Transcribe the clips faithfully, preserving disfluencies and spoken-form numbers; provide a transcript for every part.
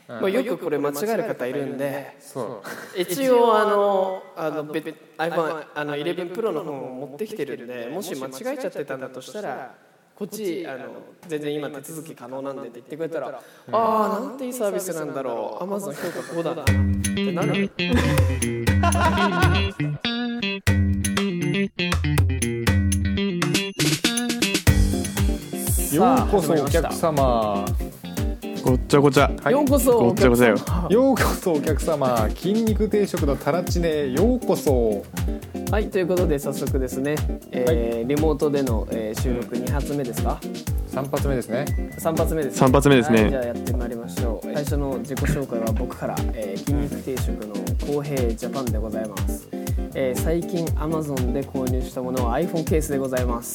まあ、よくこれ間違える方いるんで、そう一応あのあの iPhone あのイレブンプロの方を持ってきてるんで、もし間違えちゃってたんだとしたらこっちあの全然今手続き可能なんでって言ってくれたら、うん、ああなんていいサービスなんだろう、 Amazon 評価こうだなってなるようこそお客様、 ごっちゃごちゃ、 はい、ようこそお客様、 ようこそお客様、筋肉定食のタラチネ、ようこそ。 はい、ということで早速ですね、えーはい、リモートでの、えー、収録に発目ですか？ さん発目ですね。 さん発目ですね。 さん発目ですね。 はい、じゃあやってまいりましょう。最初の自己紹介は僕から、えー、筋肉定食の公平ジャパンでございます。えー、最近 Amazon で購入したものは iPhone ケースでございます。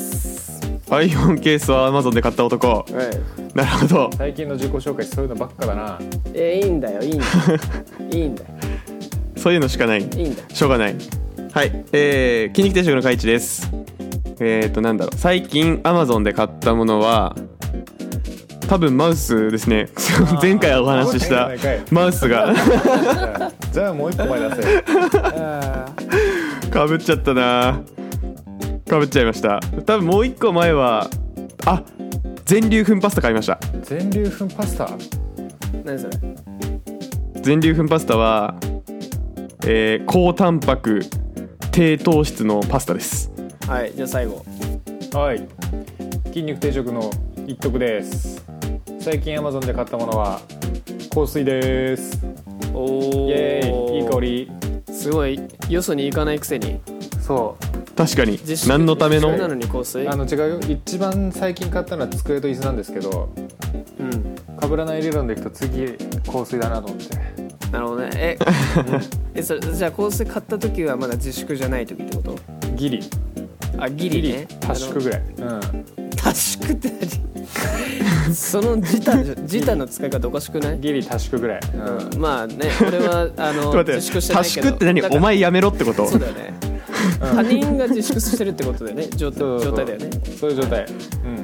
iPhone ケースは Amazon で買った男。はい、なるほど。 最近の自己紹介そういうのばっかだな。 えー、いいんだよ、いいんだよいいんだよ。 そういうのしかない。いいんだよ。 しょうがない。はい、えー、筋肉定食の海地です。えーとなんだろう、最近 Amazon で買ったものは多分マウスですね。前回お話ししたマウスがじゃあもう一個前出せ。 かぶっちゃったな。かぶっちゃいました。多分もう一個前はあ全粒粉パスタ買いました。 全粒粉パスタ、 何それ？ 全粒粉パスタは、えー、高タンパク低糖質のパスタです。 はい、じゃあ最後。 はい、筋肉定食の一徳です。最近 Amazon で買ったものは香水です。 おー、 イエーイ、いい香り。 すごい、よそに行かないくせに。 そう確かに。何のための？ なのに香水？ あの違うよ、一番最近買ったのは机と椅子なんですけど、うん、被らない理論でいくと次香水だなと思って。 なるほどね。ええそれじゃあ香水買った時はまだ自粛じゃない時ってこと？ ギリ。 あ、ギリね。 多縮ぐらい。うん。 多縮って何？その自他自他の使い方おかしくない？ ギリ多縮ぐらい。 うん、まあね、俺はあの自粛してないけど。 多縮って何？お前やめろってこと？ そうだよね。他人が自粛してるってことだよね。状態、状態だよね。 そういう状態。うん。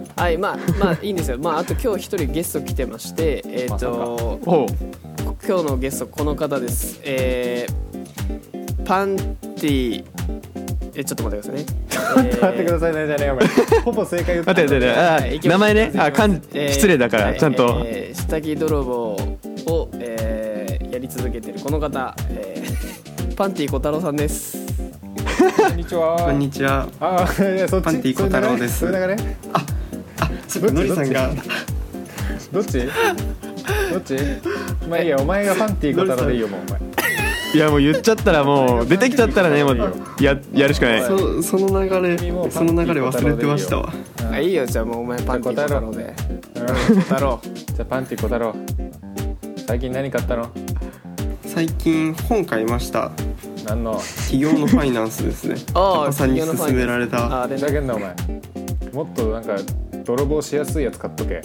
はい、まあまあいいんですよ。まああと今日一人ゲスト来てまして、えっと今日のゲストこの方です。えー、パンティえちょっと待ってくださいね。 待ってくださいねじゃねえお前。ほぼ正解言った。 待って待って待って。名前ね。あ、かん失礼だからちゃんと。 えー、下着泥棒を、えー、やり続けてるこの方、えー、パンティ小太郎さんです。 こんにちは。 こんにちは。 ああ、いやそっち。 パンティ小太郎です。 それ流れ？ あ、あ、そっかのりさんが。 どっち？どっち？まあいいや、お前がパンティ小太郎でいいよもうお前。 いやもう言っちゃったらもう出てきちゃったらねもう や, やるしかない。 そ, その流れその流れ忘れてましたわ。 あ、いいよ、じゃあもうお前パンティ小太郎で。小太郎。 じゃあパンティ小太郎。最近何買ったの？ 最近本買いました。 何の？ 企業のファイナンスですね。 ああ、さんに勧められた。 あ、ふざけんなお前。もっとなんか泥棒しやすいやつ買っとけ。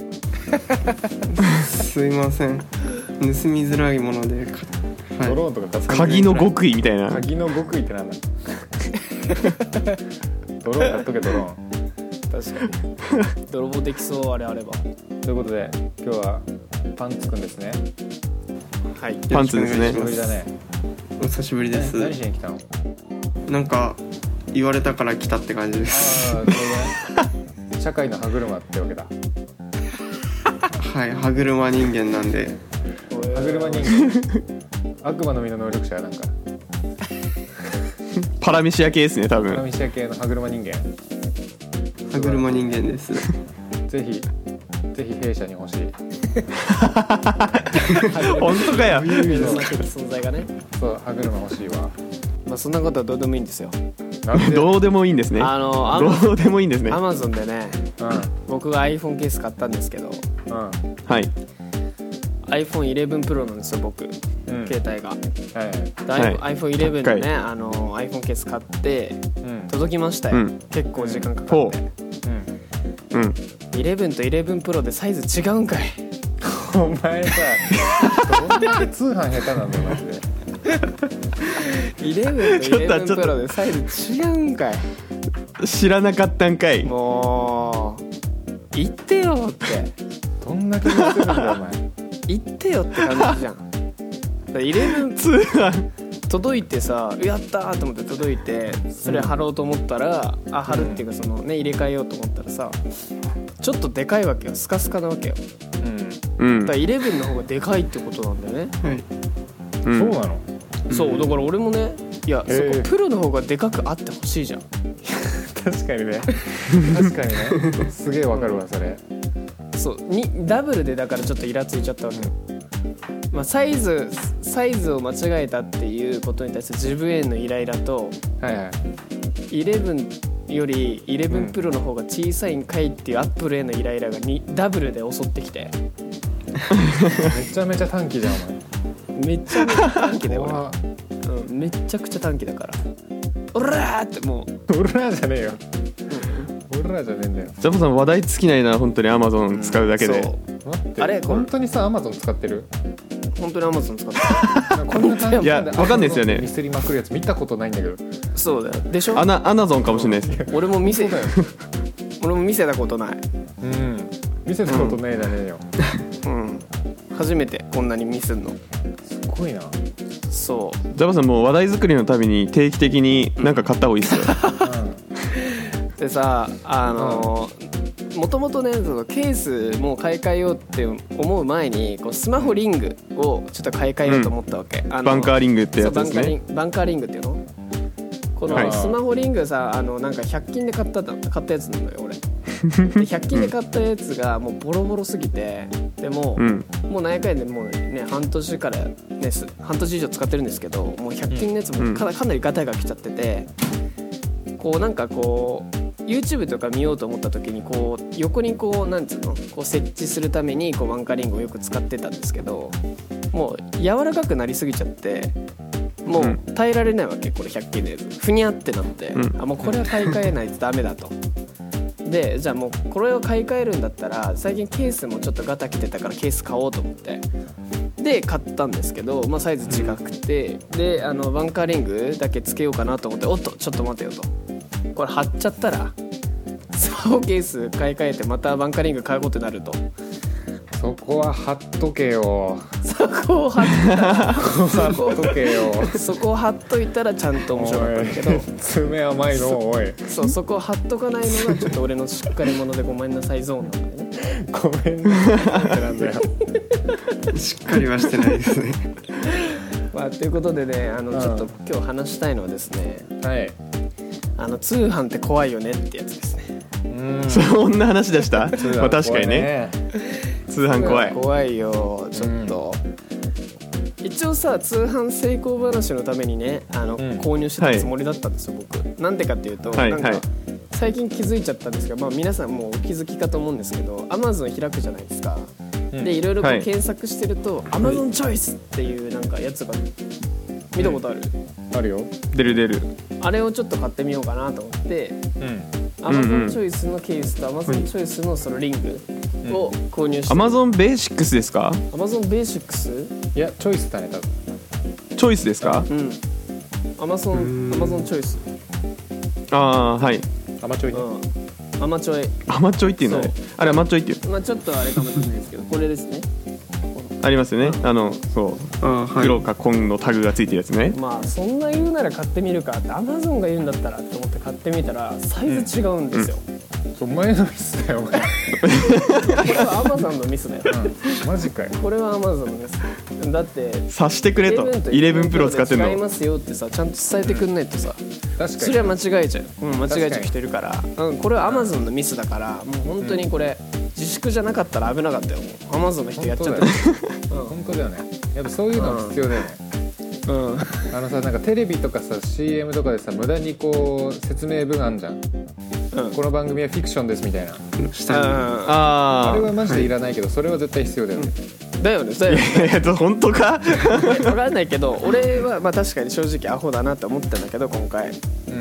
すいません。盗みづらいもので。 はい、ドローンとか買って鍵の極意みたいな。 鍵の極意ってなんだ？ドローン買っとけドローン。 確かに。泥棒できそうあれあれば。 ということで今日はパンツくんですね。 はい。 パンツですね。 久しぶりだね。 お久しぶりです。 何しに来たの？ なんか言われたから来たって感じです。 ああ、それね。社会の歯車ってわけだ。 はい、歯車人間なんで。 歯車人間。悪魔の実の能力者なんか。 パラミシア系ですね多分。 パラミシア系の歯車人間。 歯車人間です。 ぜひぜひ弊社に欲しい。 本当かよ。 存在がね。 そう、歯車欲しいわ。 まあそんなことはどうでもいいんですよ。 どうでもいいんですね。 あのどうでもいいんですね。 Amazon でね、うん、僕が iPhone ケース買ったんですけど、うん、 はい。 アイフォンイレブン Pro なんですよ僕、うん、携帯が、はいはい、アイフォンイレブン のね、あの iPhone ケース買って、うん、届きましたよ、うん、結構時間かかって、うんうん、イレブンとイレブン Pro でサイズ違うんかい。 お前さどんだけ通販下手なんだよマジで。 イレブンとイレブン Pro でサイズ違うんかい。 知らなかったんかい。 もう言ってよって。 どんだけ言ってるんだよお前。 言ってよって感じじゃん。イレブン通販届いてさ、やったーと思って届いて、それ貼ろうと思ったら、うん、あ貼るっていうかそのね入れ替えようと思ったらさ、ちょっとでかいわけよ、スカスカなわけよ。うん。だからイレブンの方がでかいってことなんだよね。 はい。 うん、そうなの？ そうだから俺もね、いやそこプロの方がでかくあってほしいじゃん。 確かにね。確かにね。すげえわかるわそれ。 そうにダブルでだからちょっとイラついちゃったわけよ。まあ、サイズサイズを間違えたっていうことに対する自分へのイライラと、 はいはい、 イレブンよりイレブンプロの方が小さいんかいっていうアップルへのイライラがにダブルで襲ってきてめちゃめちゃ短期じゃんお前。 めちゃめちゃ短期だよ俺、うん、めちゃくちゃ短期だからオラーってもうオラーじゃねえよ、うん、オラーじゃねえんだよ。 ジャパさん話題尽きないな本当に Amazon 使うだけで、 うん、待ってあれ本当にさ Amazon 使ってる？ 本当に Amazon 使ってる。 こんな感じでいやわかんないですよね。 ミスりまくるやつ見たことないんだけど。 そうだよ。でしょ？ アナアナゾンかもしれないです。 俺も見せたよ。俺も見せたことない。 うん。見せたことないだねよ。 うん。初めてこんなにミスんの。 すごいな。 そう。 ジャパさんもう話題作りのたびに定期的になんか買った方がいいですよ。 うん、でさあのー。うんもともとねそのケースもう買い替えようって思う前にこうスマホリングをちょっと買い替えようと思ったわけ、うん、あのバンカーリングってやつですね。 バンカーリングっていうのこのスマホリングさあのなんかひゃく均で買った買ったやつなのよ俺でひゃく均で買ったやつがもうボロボロすぎてでも、うん、もう何回でもうね半年からね半年以上使ってるんですけどもうひゃく均のやつも か, かなりガタが来ちゃっててこうなんかこうYouTube とか見ようと思った時にこう横にこうなんつうのこう設置するためにこうバンカーリングをよく使ってたんですけどもう柔らかくなりすぎちゃってもう耐えられないわけこれひゃく均でふにゃってなって、うん、あもうこれは買い替えないとダメだとでじゃあもうこれを買い替えるんだったら最近ケースもちょっとガタ来てたからケース買おうと思ってで買ったんですけど、まあ、サイズ違くてであのバンカーリングだけつけようかなと思っておっとちょっと待てよとこれ貼っちゃったらスマホケース買い替えてまたバンカーリング買うことになるとそこは貼っとけよそこを貼ったそこ貼っとけよそこを貼っといたらちゃんと面白かったんだけど爪甘いのおいそうそこを貼っとかないのがちょっと俺のしっかり者でごめんなさいゾーンなんだよねごめんなさいってなんだよしっかりはしてないですねまあということでねあのちょっと今日話したいのはですねはいあの通販って怖いよねってやつですね。 うんそんな話でした？まあ確かにね。通販怖い。 怖いよちょっと。うん、一応さ通販成功話のためにねあの、うん、購入してたつもりだったんですよ、はい、僕。なんでかっていうと、はい、なんか、はい、最近気づいちゃったんですけど、まあ皆さんもうお気づきかと思うんですけど、Amazon 開くじゃないですか。うん、でいろいろこう検索してると、はい、Amazon チョイスっていうなんかやつが見たことある？ あるよ。 出る出る。 あれをちょっと買ってみようかなと思って、うん、Amazon チョイスのケースと Amazon チョイスのそのリングを購入して、 うん、Amazon ベーシックスですか？ Amazon ベーシックス？ いやチョイスだね多分。 チョイスですか？ うん。Amazon Amazon チョイス。 ああはい。 アマチョイね。 うん、アマチョイ。 アマチョイっていうのね。あれアマチョイっていう。 まあちょっとあれかもしれないですけど、これですね。 ありますよね。あのそうあ、はい、黒か紺のタグがついてるやつね。 まあそんな言うなら買ってみるかって Amazon が言うんだったらって思って買ってみたらサイズ違うんですよ。 うん、お前のミスだよお前。これは Amazon のミスだよ。 うん、マジかよ。 これは Amazon のミス。だって察してくれと。イレブンプロ使ってんの。 違いますよってさちゃんと伝えてくんないとさ。うん、確かに。それは間違えちゃう。うん間違えちゃう人いるから。うん、これは Amazon のミスだからもう本当にこれ。うん自粛じゃなかったら危なかったよ。アマゾンの人やっちゃった。 本当だよね。やっぱそういうの必要だよね。うん。あのさなんかテレビとかさ シーエム とかでさ無駄にこう説明文あんじゃん。うん、この番組はフィクションですみたいな。 したああ。あれはマジでいらないけど、はい、それは絶対必要だよね。 うん、だよね。だよね。 えっと本当か？ 分かんないけど、俺はまあ確かに正直アホだなって思ったんだけど今回。うん。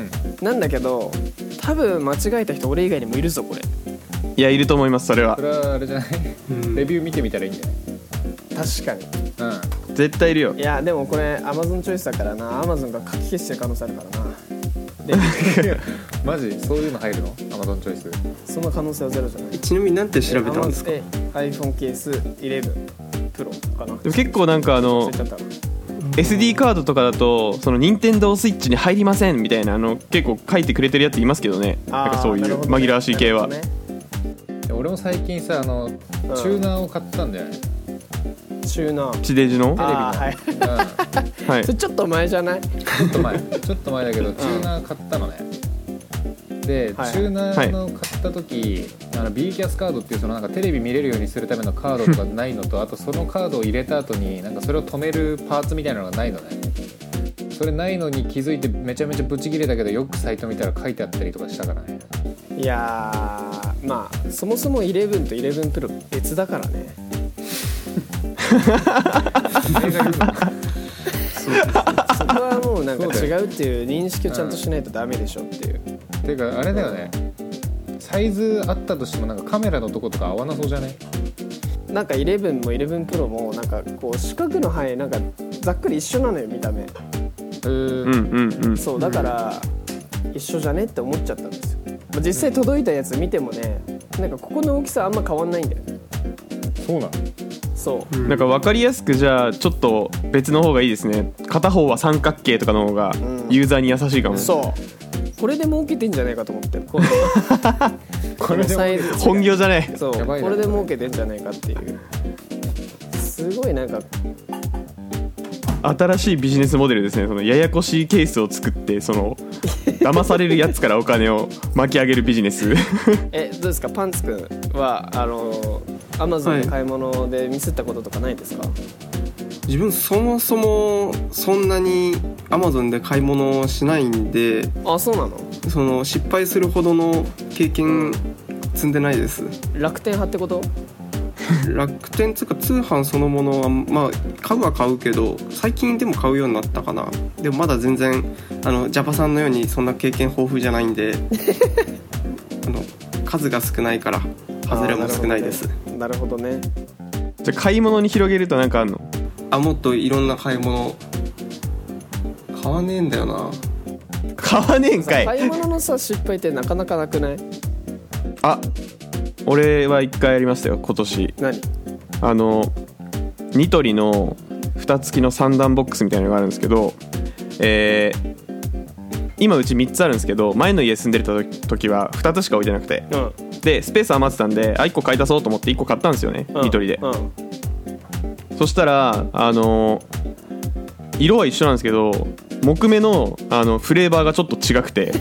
なんだけど多分間違えた人俺以外にもいるぞこれ。 いやいると思いますそれは。 それはあれじゃない。レビュー見てみたらいいんじゃない？ 確かに。 うん。絶対いるよ。 いやでもこれ Amazon チョイスだからな Amazon が書き消してる可能性あるからな。 マジそういうの入るの Amazon チョイス？ その可能性はゼロじゃない。 ちなみになんて調べたんですか？ iPhone ケースじゅういちプロかな。 でも結構なんかあの忘れちゃったな。 エスディー カードとかだとその任天堂スイッチに入りませんみたいなあの結構書いてくれてるやついますけどね。なんかそういう紛らわしい系は、 ね、 俺も最近さあのチューナーを買ったんだよね。 チューナー地デジのテレビの、はい、 うん、 はいそれちょっと前じゃない？ ちょっと前ちょっと前だけどチューナー買ったのね。で、 はい、 チューナーの買った時、はい、あの B キャスカードっていうそのなんかテレビ見れるようにするためのカードとかないのとあとそのカードを入れた後になんかそれを止めるパーツみたいなのがないのね。それないのに気づいてめちゃめちゃブチ切れたけどよくサイト見たら書いてあったりとかしたからね。 いやーまあそもそもじゅういちとじゅういちプロ別だからね。そこはもうなんか違うっていう認識をちゃんとしないとダメでしょっていう。 ていうかあれだよね、サイズあったとしてもなんかカメラのとことか合わなそうじゃね？ なんかじゅういちもじゅういちプロもなんかこう四角の範囲なんかざっくり一緒なのよ見た目。 えー、 うんうんうん。 そうだから一緒じゃねって思っちゃったんですよ。まあ、実際届いたやつ見てもねなんかここの大きさあんま変わんないんだよね。 そうなの？ そう、 うん、なんか分かりやすくじゃあちょっと別の方がいいですね。片方は三角形とかの方がユーザーに優しいかも、 うん、そうこれで儲けてんじゃないかと思ってこれこれでサイズ本業じゃねえ。 そうこれで儲けてんじゃないかっていうすごいなんか新しいビジネスモデルですね。そのややこしいケースを作ってその騙されるやつからお金を巻き上げるビジネスえどうですかパンツくんはあのアマゾンで買い物でミスったこととかないですか？はい、 自分そもそもそんなにアマゾンで買い物をしないんで、 あそうなの？ その失敗するほどの経験積んでないです。 楽天派ってこと？ 楽天つうか通販そのものはまあ買うは買うけど最近でも買うようになったかな。でもまだ全然あのジャパさんのようにそんな経験豊富じゃないんであの数が少ないから外れも少ないです。 なるほどね。 じゃあ買い物に広げると何かあんの？ あもっといろんな買い物買わねえんだよな。 買わねえんかい。 買い物のさ失敗ってなかなかなくない？ あ俺はいっかいやりましたよ今年。 何？ あのニトリの蓋付きのさん段ボックスみたいなのがあるんですけど、えー、今うちみっつあるんですけど前の家住んでた時はふたつしか置いてなくて、うん、でスペース余ってたんであいっこ買い足そうと思っていっこ買ったんですよね、うん、ニトリで、うん、そしたらあの色は一緒なんですけど木目 の, あのフレーバーがちょっと違くて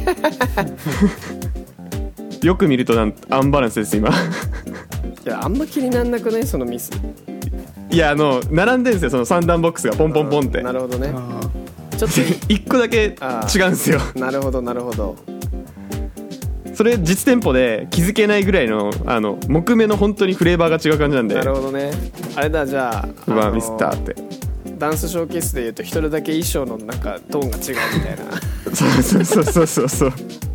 よく見るとなんアンバランスです今いやあんま気になんなくないそのミス。 いやあの並んでるんですよそのさん段ボックスがポンポンポンって。 なるほどね。ちょっといっこだけ違うんですよ。 なるほどなるほど。 それ実店舗で気づけないぐらい の, あの木目の本当にフレーバーが違う感じなんで。 なるほどね。あれだじゃあうわミスったってダンスショーケースでいうと一人だけ衣装のなんかトーンが違うみたいなそうそうそうそうそう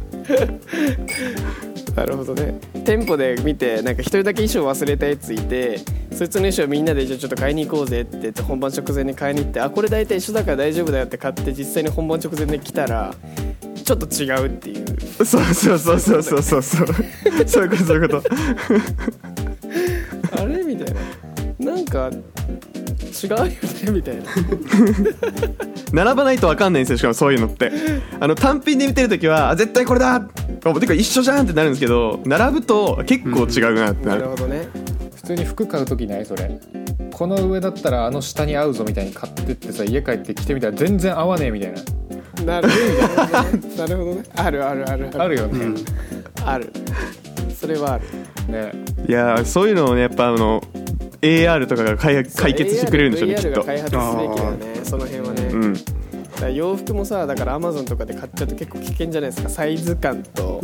なるほどね。店舗で見てなんか一人だけ衣装忘れたやついてそいつの衣装みんなでじゃあちょっと買いに行こうぜって言って本番直前に買いに行ってあこれ大体一緒だから大丈夫だよって買って実際に本番直前で来たらちょっと違うっていう。 そうそうそうそうそうそうそうそういうことそういうことあれみたいななんか違うよねみたいな並ばないと分かんないんですよ。しかもそういうのってあの単品で見てるときは絶対これだてか一緒じゃんってなるんですけど並ぶと結構違うなってなる、 うん、なるほどね。 普通に服買うときないそれこの上だったらあの下に合うぞみたいに買ってってさ家帰って着てみたら全然合わねえみたいな。 なるほどねなるほどね。あるあるあるあるよね、うん、 あるそれはあるね。 いやそういうのをねやっぱあの エーアール とかが解決してくれるんでしょうねきっと。 ブイアール が開発すべきだよねその辺はね、うん、だから洋服もさだから Amazon とかで買っちゃうと結構危険じゃないですか。サイズ感と、うん、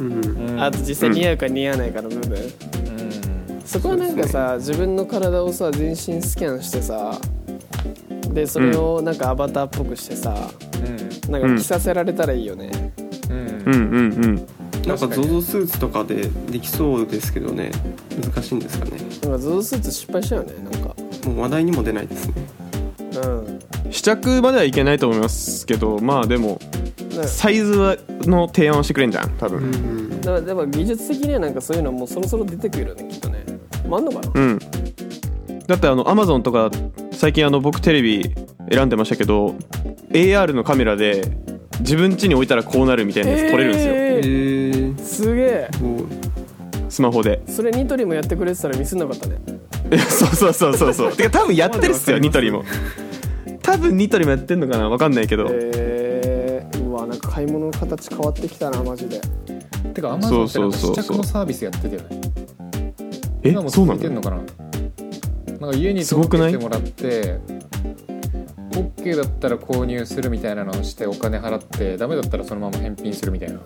あと実際似合うか似合わないかの部分、うん、そこはなんかさ自分の体をさ全身スキャンしてさでそれをなんかアバターっぽくしてさ、うん、なんか着させられたらいいよね、 うん、うんうんうんなんか ゾゾ スーツとかでできそうですけどね難しいんですかね。 なんか ゾゾ スーツ失敗したよねなんかもう話題にも出ないですね。 うん試着まではいけないと思いますけどまあでもサイズの提案をしてくれんじゃん多分、うん、 だからでも技術的にはなんかそういうのもうそろそろ出てくるよねきっとね。もうあんのかな。 うんだってあの Amazon とか最近あの僕テレビ選んでましたけど エーアール のカメラで自分家に置いたらこうなるみたいなやつ撮れるんですよ、 ええー、 ー、 すげえ。 スマホで。 それニトリもやってくれてたらミスんなかったね。 そうそうそうそうそうてか多分やってるっすよニトリも。多分ニトリもやってんのかな分かんないけど、 えー、うわなんか買い物の形変わってきたなマジで。 てか Amazon ってなんか試着のサービスやってたよね。 え今もそうなの続いてんのかな。なんか家に届けてもらって OK だったら購入するみたいなのをしてお金払ってダメだったらそのまま返品するみたいな。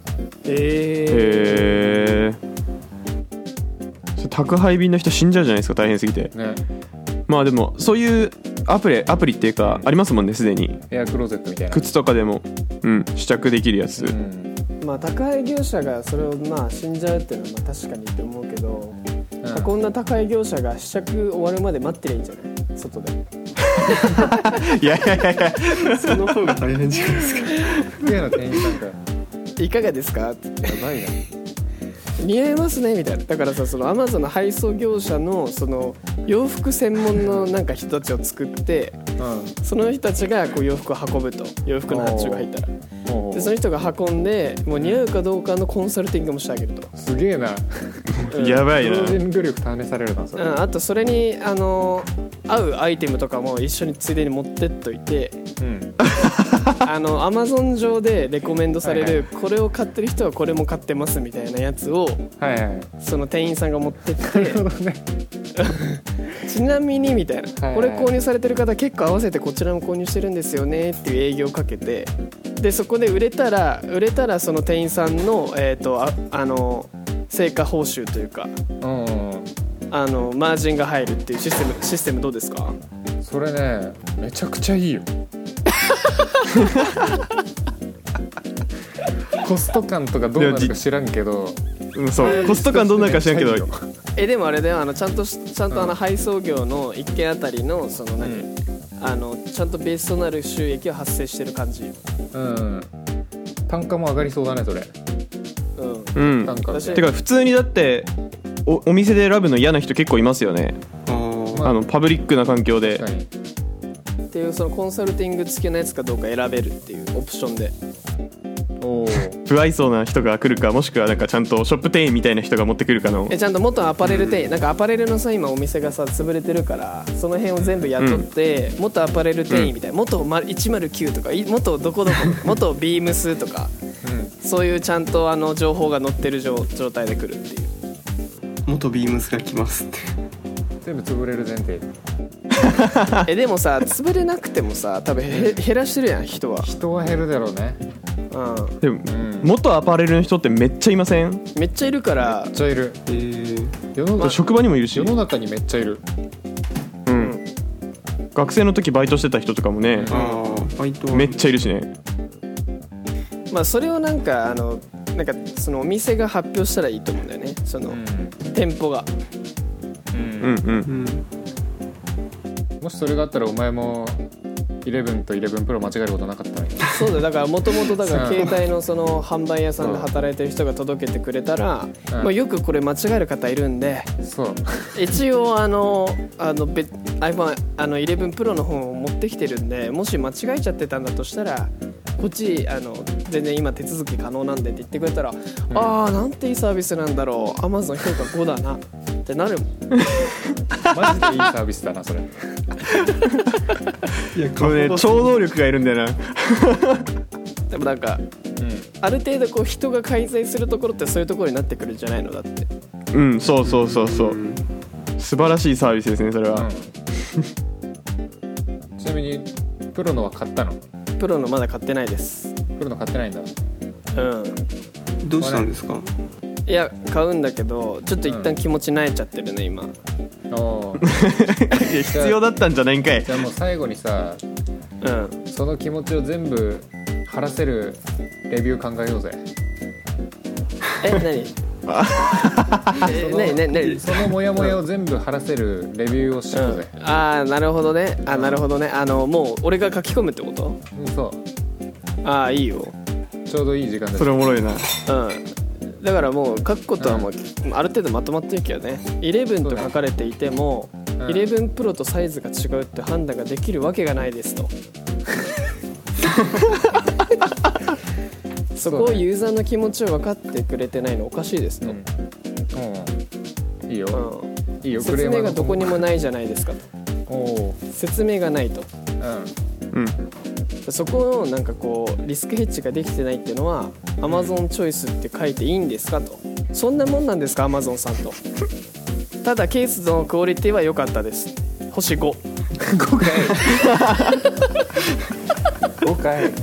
えー、 へえ。宅配便の人死んじゃうじゃないですか大変すぎてね。 まあでもそういうアプリアプリっていうかありますもんねすでに。 エアクローゼットみたいな。 靴とかでもうん試着できるやつ、 うん、 まあ宅配業者がそれをまあ死んじゃうっていうのはまあ確かにって思うけど、うん、こんな宅配業者が試着終わるまで待ってりゃいいんじゃない外で。 いやいやいやいやその方が大変じゃないですか。 福屋の店員さんかいかがですかってやばいな。 似合いますねみたいな。だからさその Amazon の配送業者のその洋服専門のなんか人たちを作ってうん、 その人たちがこう洋服を運ぶと洋服の発注が入ったらでその人が運んでもう似合うかどうかのコンサルティングもしてあげると。 すげえな。 うんやばいな。 プロ人力試されるなそれ、 うん、あとそれにあの合うアイテムとかも一緒についでに持ってっといてうん、 あの Amazon 上でレコメンドされる、 はいはい、 これを買ってる人はこれも買ってますみたいなやつをはいはい、 その店員さんが持ってってなるほどね。 ちなみにみたいな、 はいはいこれ購入されてる方結構合わせてこちらも購入してるんですよねっていう営業をかけてでそこで売れたら売れたらその店員さんの、えー、と あ, あの成果報酬というかうんうん、 あのマージンが入るっていうシステムシステムどうですか。 それねめちゃくちゃいいよ。コスト感とかどうなるか知らんけど、 うん、そうコスト感どんなのか知らんけどえでもあれだよあのちゃんとちゃんとあの配送業のいっけんあたりのその何、うん、あのちゃんとベースとなる収益は発生してる感じ。 うん、単価も上がりそうだねそれ。 うん、 うん、 単価てか普通にだってお, お店で選ぶの嫌な人結構いますよね。 あ、 まあ、あのパブリックな環境でっていうそのコンサルティング付きのやつかどうか選べるっていうオプションで。 お不愛想な人が来るかもしくはなんかちゃんとショップ店員みたいな人が持ってくるかのえちゃんと元アパレル店員、うん、なんかアパレルのさ今お店がさ潰れてるからその辺を全部雇って、うん、元アパレル店員みたいな、うん、元いちまるきゅうとか元どこどこ元ビームスとか、うん、そういうちゃんとあの情報が載ってる 状, 状態で来るっていう。 元ビームスが来ますって全部潰れる前提。 えでもさ潰れなくてもさ多分へ減らしてるやん人は。 人は減るだろうね。 うん、 でも、うん、元アパレルの人ってめっちゃいません？ めっちゃいるから。 めっちゃいる、 えー、 世の中職場にもいるし世の中にめっちゃいる。 うん、うん、学生の時バイトしてた人とかもね、 あバイトめっちゃいるしね。 まあそれをなんかあのなんかそのお店が発表したらいいと思うんだよねその、うん、店舗が、 うんうんうん、 もしそれがあったらお前もじゅういちとじゅういちプロ間違えることなかったのに。 そうだよだからもともとだから携帯のその販売屋さんで働いてる人が届けてくれたら、うんまあ、よくこれ間違える方いるんでそう一応あのあの iPhone あのじゅういちプロの方を持ってきてるんでもし間違えちゃってたんだとしたらこっちあの全然今手続き可能なんでって言ってくれたら、うん、ああなんていいサービスなんだろう Amazon 評価ごだなってなるもん。 マジでいいサービスだなそれ。 いやこれ、ね、超能力がいるんだよな。 でもなんか、うん、ある程度こう人が介在するところってそういうところになってくるんじゃないのだって。 うんそうそうそうそう、うん、素晴らしいサービスですねそれは、 うん、ちなみにプロのは買ったの？ プロのまだ買ってないです。 プロの買ってないんだ。 うんどうしたんですか？ いや買うんだけどちょっと一旦気持ち慣れちゃってるね今。 お必要だったんじゃないんかい。 じゃあもう最後にさ、うん、その気持ちを全部晴らせるレビュー考えようぜ。 え何え何何何そのモヤモヤを全部晴らせるレビューをしようぜ、 うん、ああなるほどねあなるほどねあのもう俺が書き込むってこと？ うんそうああいいよちょうどいい時間です。 それおもろいな。 うんだからもう書くことはもう、うん、ある程度まとまってるけどねじゅういちと書かれていても、 イレブンプロとサイズが違うって判断ができるわけがないですとそこをユーザーの気持ちを分かってくれてないのおかしいですと、 うんうん、いいよ、 うん、 いいよ、 説明がどこにもないじゃないですかと。 お説明がないと、 うんうんそこをなんかこうリスクヘッジができてないっていうのは Amazon チョイスって書いていいんですかと。そんなもんなんですか Amazon さんと。ただケースのクオリティは良かったです。星ご。 ごかいごかい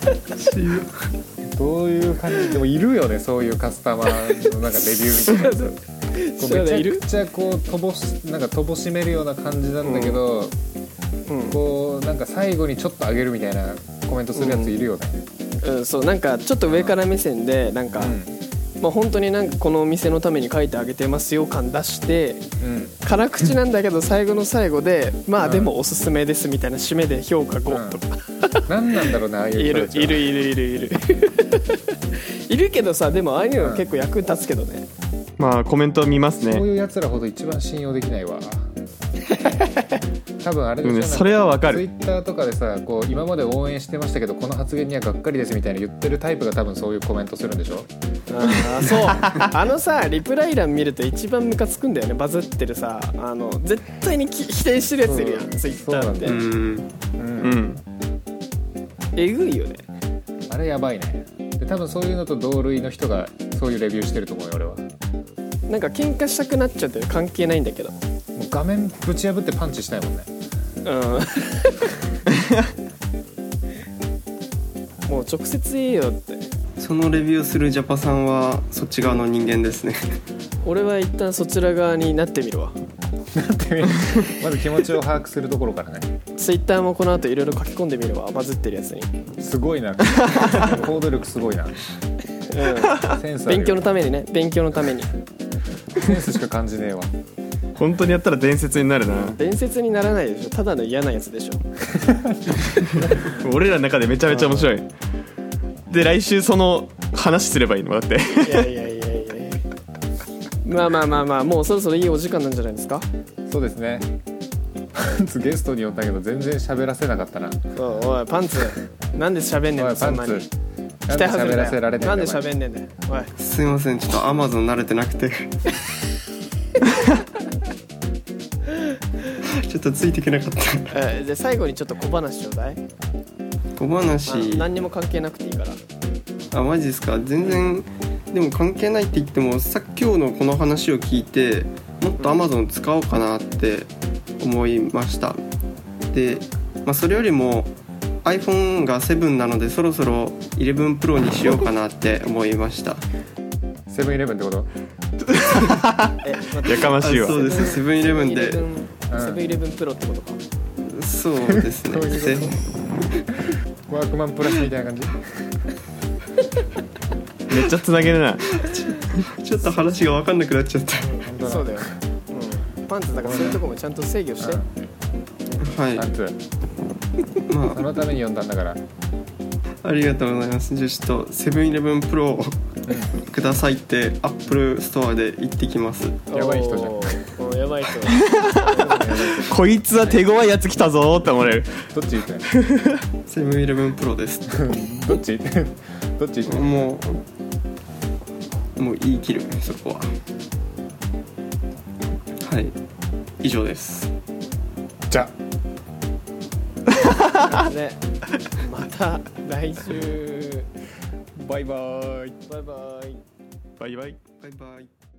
どういう感じでもいるよね、そういうカスタマーのなんかレビューみたいなやつこうめちゃくちゃこう乏しなんか乏しめるような感じなんだけど、うんこうなんか最後にちょっと上げるみたいなコメントするやついるよね、 うんうん、そうなんかちょっと上から目線でなんか、うんまあ、本当になんかこのお店のために書いてあげてますよ感出して、うん、辛口なんだけど最後の最後でまあでもおすすめですみたいな締めで評価ごとか、 うん、何なんだろうなああいう人たちはいるいるいるいるいるいるけどさ、でもああいうの結構役に立つけどね、 うん、まあコメント見ますね。 そういうやつらほど一番信用できないわ多分あれでしょ、 うん、それはわかる。 ツイッターとかでさこう今まで応援してましたけどこの発言にはがっかりですみたいな言ってるタイプが多分そういうコメントするんでしょ。 あそうあのさリプライ欄見ると一番ムカつくんだよね。バズってるさあの絶対に否定してるやついるやん、ツイッターって。 うん、うん、 えぐいよねあれやばいね。で多分そういうのと同類の人がそういうレビューしてると思うよ俺は。 なんか喧嘩したくなっちゃって関係ないんだけどもう画面ぶち破ってパンチしないもんね。 うんもう直接言えよって。 そのレビューするジャパさんはそっち側の人間ですね俺は一旦そちら側になってみるわなってみるまず気持ちを把握するところからね。 ツイッターもこの後いろいろ書き込んでみるわ、バズってるやつに。 すごいな行動力すごいな、うん、センス勉強のためにね、勉強のためにセンスしか感じねえわ。 本当にやったら伝説になるな。 伝説にならないでしょ、ただの嫌なやつでしょ俺らの中でめちゃめちゃ面白い。で来週その話すればいいのだって。 いやいやいやいやまあまあまあまあもうそろそろいいお時間なんじゃないですか。 そうですね。パンツゲストに呼んだけど全然喋らせなかったな。 おいおいパンツなんで喋んねんのそんなに。 なんで喋らせられねんだよ。 なんで喋んねんだよ。おいすいませんちょっとアマゾン慣れてなくてちょっとついていけなかったえじゃあ最後にちょっと小話ちょうだい。 小話何にも関係なくていいから。 あマジですか。全然でも関係ないって言ってもさっき今日のこの話を聞いてもっと Amazon 使おうかなって思いました。で、まあ、それよりも iPhone がセブンなのでそろそろイレブンプロにしようかなって思いましたセブンイレブンってことえやかましいわ。 そうですセブンイレブンでセブンイレブンプロってことか。 そうですねワークマンプラスみたいな感じめっちゃつなげるなちょっと話が分かんなくなっちゃったそうだよ、うん、パンツだからそういうとこもちゃんと制御して、うん、 はいパンツまあそのために呼んだんだからありがとうございます。じゃあちょっとセブンイレブンプロをくださいってアップルストアで言ってきます。 やばい人じゃん。 やばい人こいつは手強いやつ来たぞって思われる。 どっち言ってんのセブンイレブンプロですどっちどっち言ってんのもうもう言い切るそこは。はい以上です。 じゃね、また来週バイバーイバイバイバイバイバイバイ。